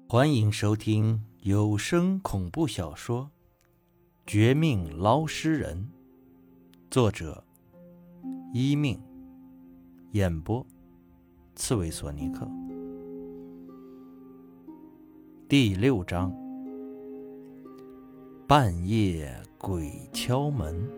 欢迎收听有声恐怖小说《绝命捞尸人》，作者一命，演播刺猬索尼克。第6章，半夜鬼敲门。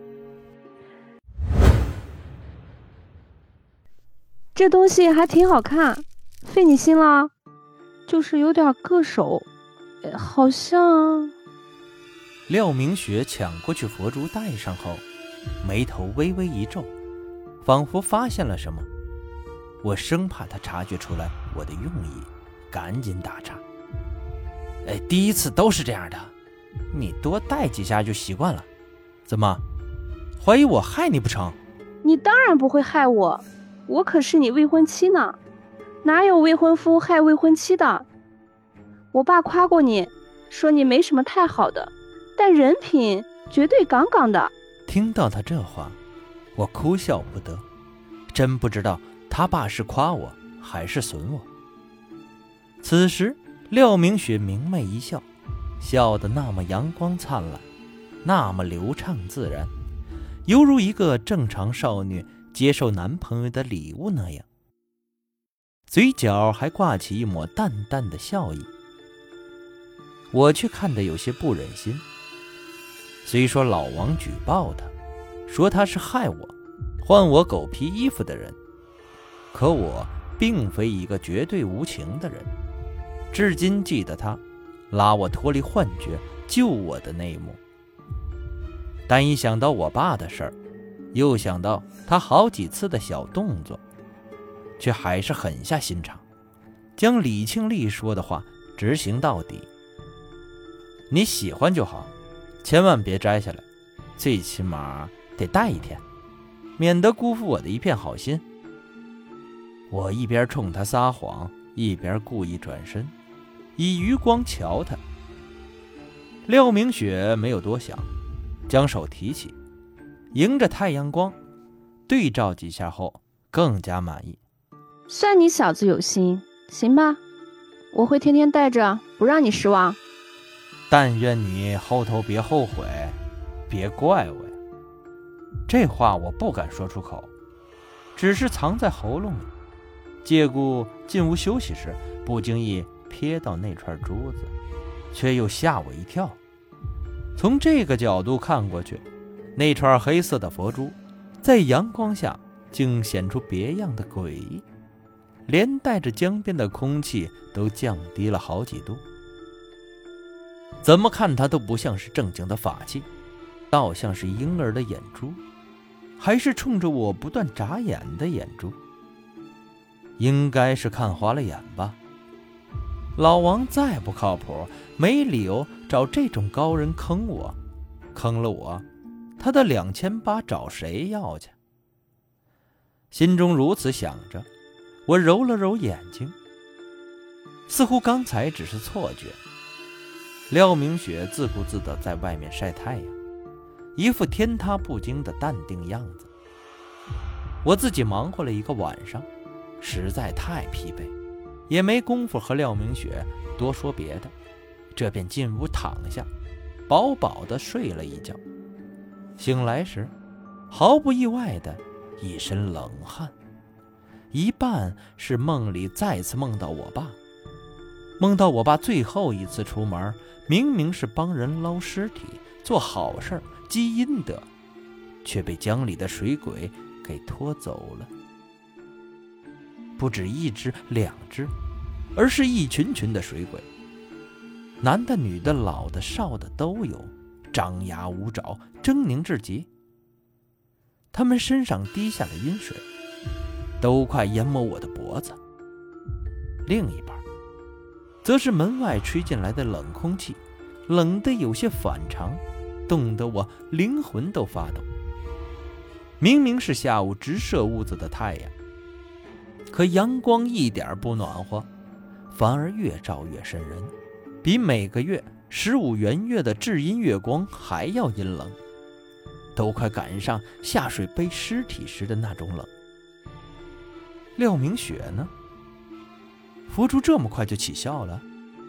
这东西还挺好看，费你心了，就是有点硌手，好像…… 廖明雪抢过去佛珠戴上后，眉头微微一皱，仿佛发现了什么。我生怕她察觉出来我的用意，赶紧打岔：第一次都是这样的，你多戴几下就习惯了。怎么，怀疑我害你不成？ 你当然不会害我，我可是你未婚妻呢，哪有未婚夫害未婚妻的？我爸夸过你，说你没什么太好的，但人品绝对杠杠的。 听到他这话，我哭笑不得，真不知道他爸是夸我还是损我。此时廖明雪明媚一笑，笑得那么阳光灿烂，那么流畅自然，犹如一个正常少女接受男朋友的礼物那样，嘴角还挂起一抹淡淡的笑意。我却看得有些不忍心。虽说老王举报他，说他是害我换我狗皮衣服的人，可我并非一个绝对无情的人，至今记得他拉我脱离幻觉救我的那一幕。但一想到我爸的事儿，又想到他好几次的小动作，却还是狠下心肠，将李庆利说的话执行到底。你喜欢就好，千万别摘下来，最起码得戴1天，免得辜负我的一片好心。我一边冲他撒谎，一边故意转身，以余光瞧他。廖明雪没有多想，将手提起，迎着太阳光对照几下后更加满意。 算你小子有心，行吧，我会天天带着，不让你失望。 但愿你后头别后悔，别怪我呀。这话我不敢说出口，只是藏在喉咙里，借故进屋休息时不经意瞥到那串珠子，却又吓我一跳。从这个角度看过去，那串黑色的佛珠在阳光下竟显出别样的诡异，连带着江边的空气都降低了好几度。怎么看它都不像是正经的法器，倒像是婴儿的眼珠，还是冲着我不断眨眼的眼珠。应该是看花了眼吧。老王再不靠谱，没理由找这种高人坑我，坑了我，他的2800找谁要去？心中如此想着，我揉了揉眼睛，似乎刚才只是错觉。廖明雪自顾自地在外面晒太阳，一副天塌不惊的淡定样子。我自己忙活了一个晚上，实在太疲惫，也没工夫和廖明雪多说别的，这便进屋躺下，饱饱地睡了一觉。醒来时，毫不意外的一身冷汗，一半是梦里再次梦到我爸，梦到我爸最后一次出门，明明是帮人捞尸体做好事积阴德，却被江里的水鬼给拖走了。不止1只2只，而是一群群的水鬼，男的女的老的少的都有，张牙舞爪，狰狞至极。他们身上滴下了阴水，都快淹没我的脖子。另一半则是门外吹进来的冷空气，冷得有些反常，冻得我灵魂都发抖。明明是下午直射屋子的太阳，可阳光一点不暖和，反而越照越瘆人，比每个月15圆月的至阴月光还要阴冷，都快赶上下水背尸体时的那种冷。廖明雪呢？佛珠这么快就起效了？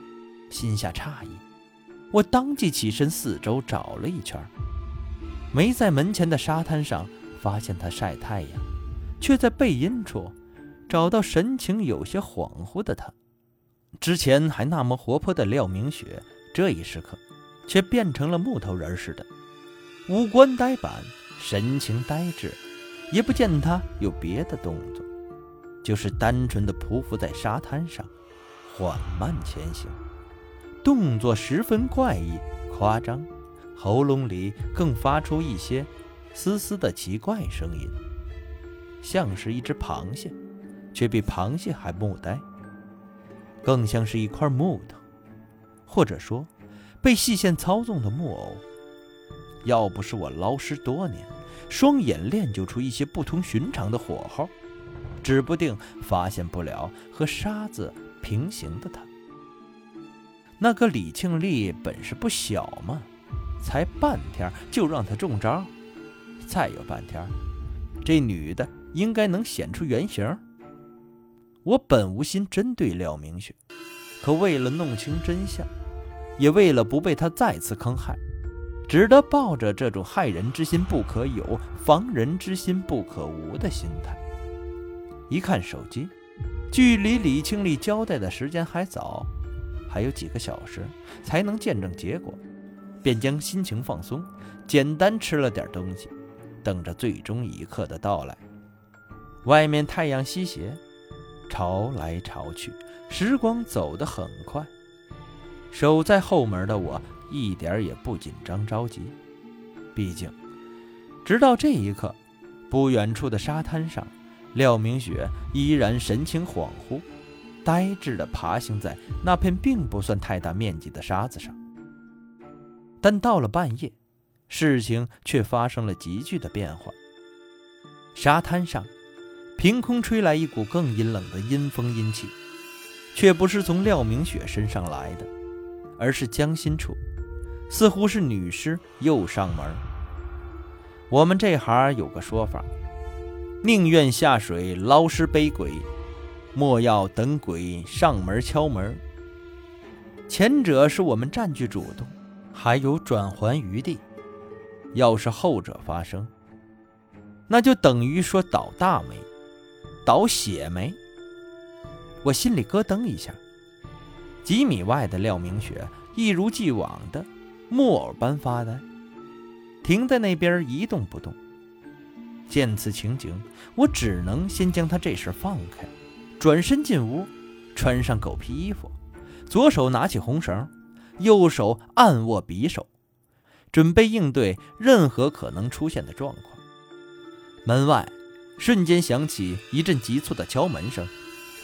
心下诧异。我当即起身四周找了一圈，没在门前的沙滩上发现他晒太阳，却在背阴处找到神情有些恍惚的他。之前还那么活泼的廖明雪，这一时刻却变成了木头人似的，五官呆板，神情呆滞，也不见他有别的动作，就是单纯的匍匐在沙滩上，缓慢前行，动作十分怪异夸张，喉咙里更发出一些丝丝的奇怪声音，像是一只螃蟹，却比螃蟹还木呆，更像是一块木头，或者说被细线操纵的木偶。要不是我捞尸多年，双眼练就出一些不同寻常的火候，指不定发现不了和沙子平行的他。那个李庆利本事不小嘛，才半天就让他中招，再有半天，这女的应该能显出原形。我本无心针对廖明雪，可为了弄清真相，也为了不被他再次坑害，只得抱着这种害人之心不可有，防人之心不可无的心态。一看手机，距离李庆利交代的时间还早，还有几个小时才能见证结果，便将心情放松，简单吃了点东西，等着最终一刻的到来。外面太阳西斜，潮来潮去，时光走得很快。守在后门的我一点也不紧张着急，毕竟直到这一刻，不远处的沙滩上，廖明雪依然神情恍惚，呆滞地爬行在那片并不算太大面积的沙子上。但到了半夜，事情却发生了急剧的变化。沙滩上凭空吹来一股更阴冷的阴风阴气，却不是从廖明雪身上来的，而是江心处，似乎是女尸又上门。我们这行有个说法，宁愿下水捞尸背鬼，莫要等鬼上门敲门。前者是我们占据主动，还有转圜余地，要是后者发生，那就等于说倒大霉，倒血霉。我心里咯噔一下，几米外的廖明雪一如既往的木偶般发呆，停在那边一动不动。见此情景，我只能先将他这事放开，转身进屋，穿上狗皮衣服，左手拿起红绳，右手暗握匕首，准备应对任何可能出现的状况。门外瞬间响起一阵急促的敲门声，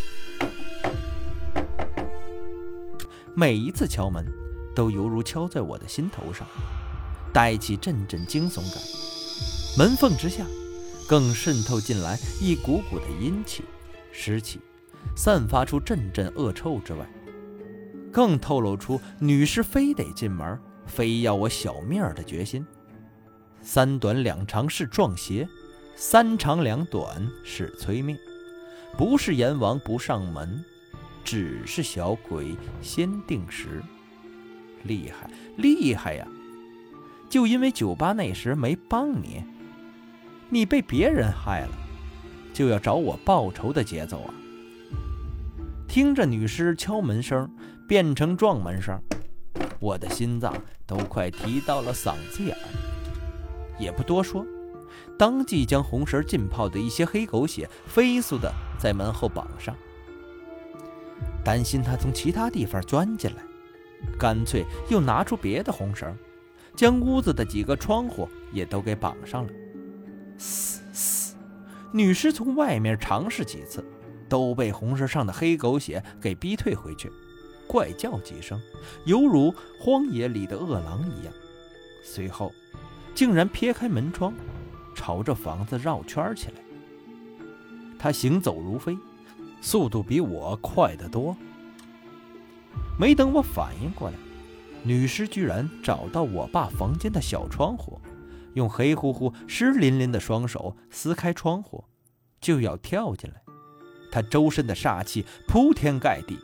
每一次敲门都犹如敲在我的心头上，带起阵阵惊悚感。门缝之下更渗透进来一股股的阴气、湿气，散发出阵阵恶臭之外，更透露出女尸非得进门，非要我小命的决心。三短两长是撞邪，三长两短是催命，不是阎王不上门，只是小鬼先定时。厉害厉害呀！就因为酒吧那时没帮你，你被别人害了，就要找我报仇的节奏啊！听着女尸敲门声变成撞门声，我的心脏都快提到了嗓子眼儿。也不多说，当即将红绳浸泡的一些黑狗血飞速的在门后绑上。担心他从其他地方钻进来，干脆又拿出别的红绳，将屋子的几个窗户也都给绑上了。嘶嘶，女尸从外面尝试几次，都被红绳上的黑狗血给逼退回去，怪叫几声，犹如荒野里的饿狼一样。随后竟然撇开门窗，朝着房子绕圈起来。他行走如飞，速度比我快得多。没等我反应过来，女尸居然找到我爸房间的小窗户，用黑乎乎湿淋淋的双手撕开窗户，就要跳进来。她周身的煞气铺天盖地，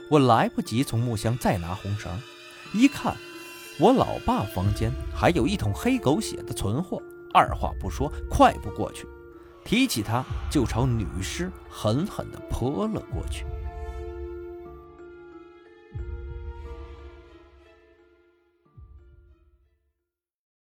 我来不及从木箱再拿红绳，一看我老爸房间还有一桶黑狗血的存货，二话不说快步过去，提起它就朝女尸狠狠地泼了过去。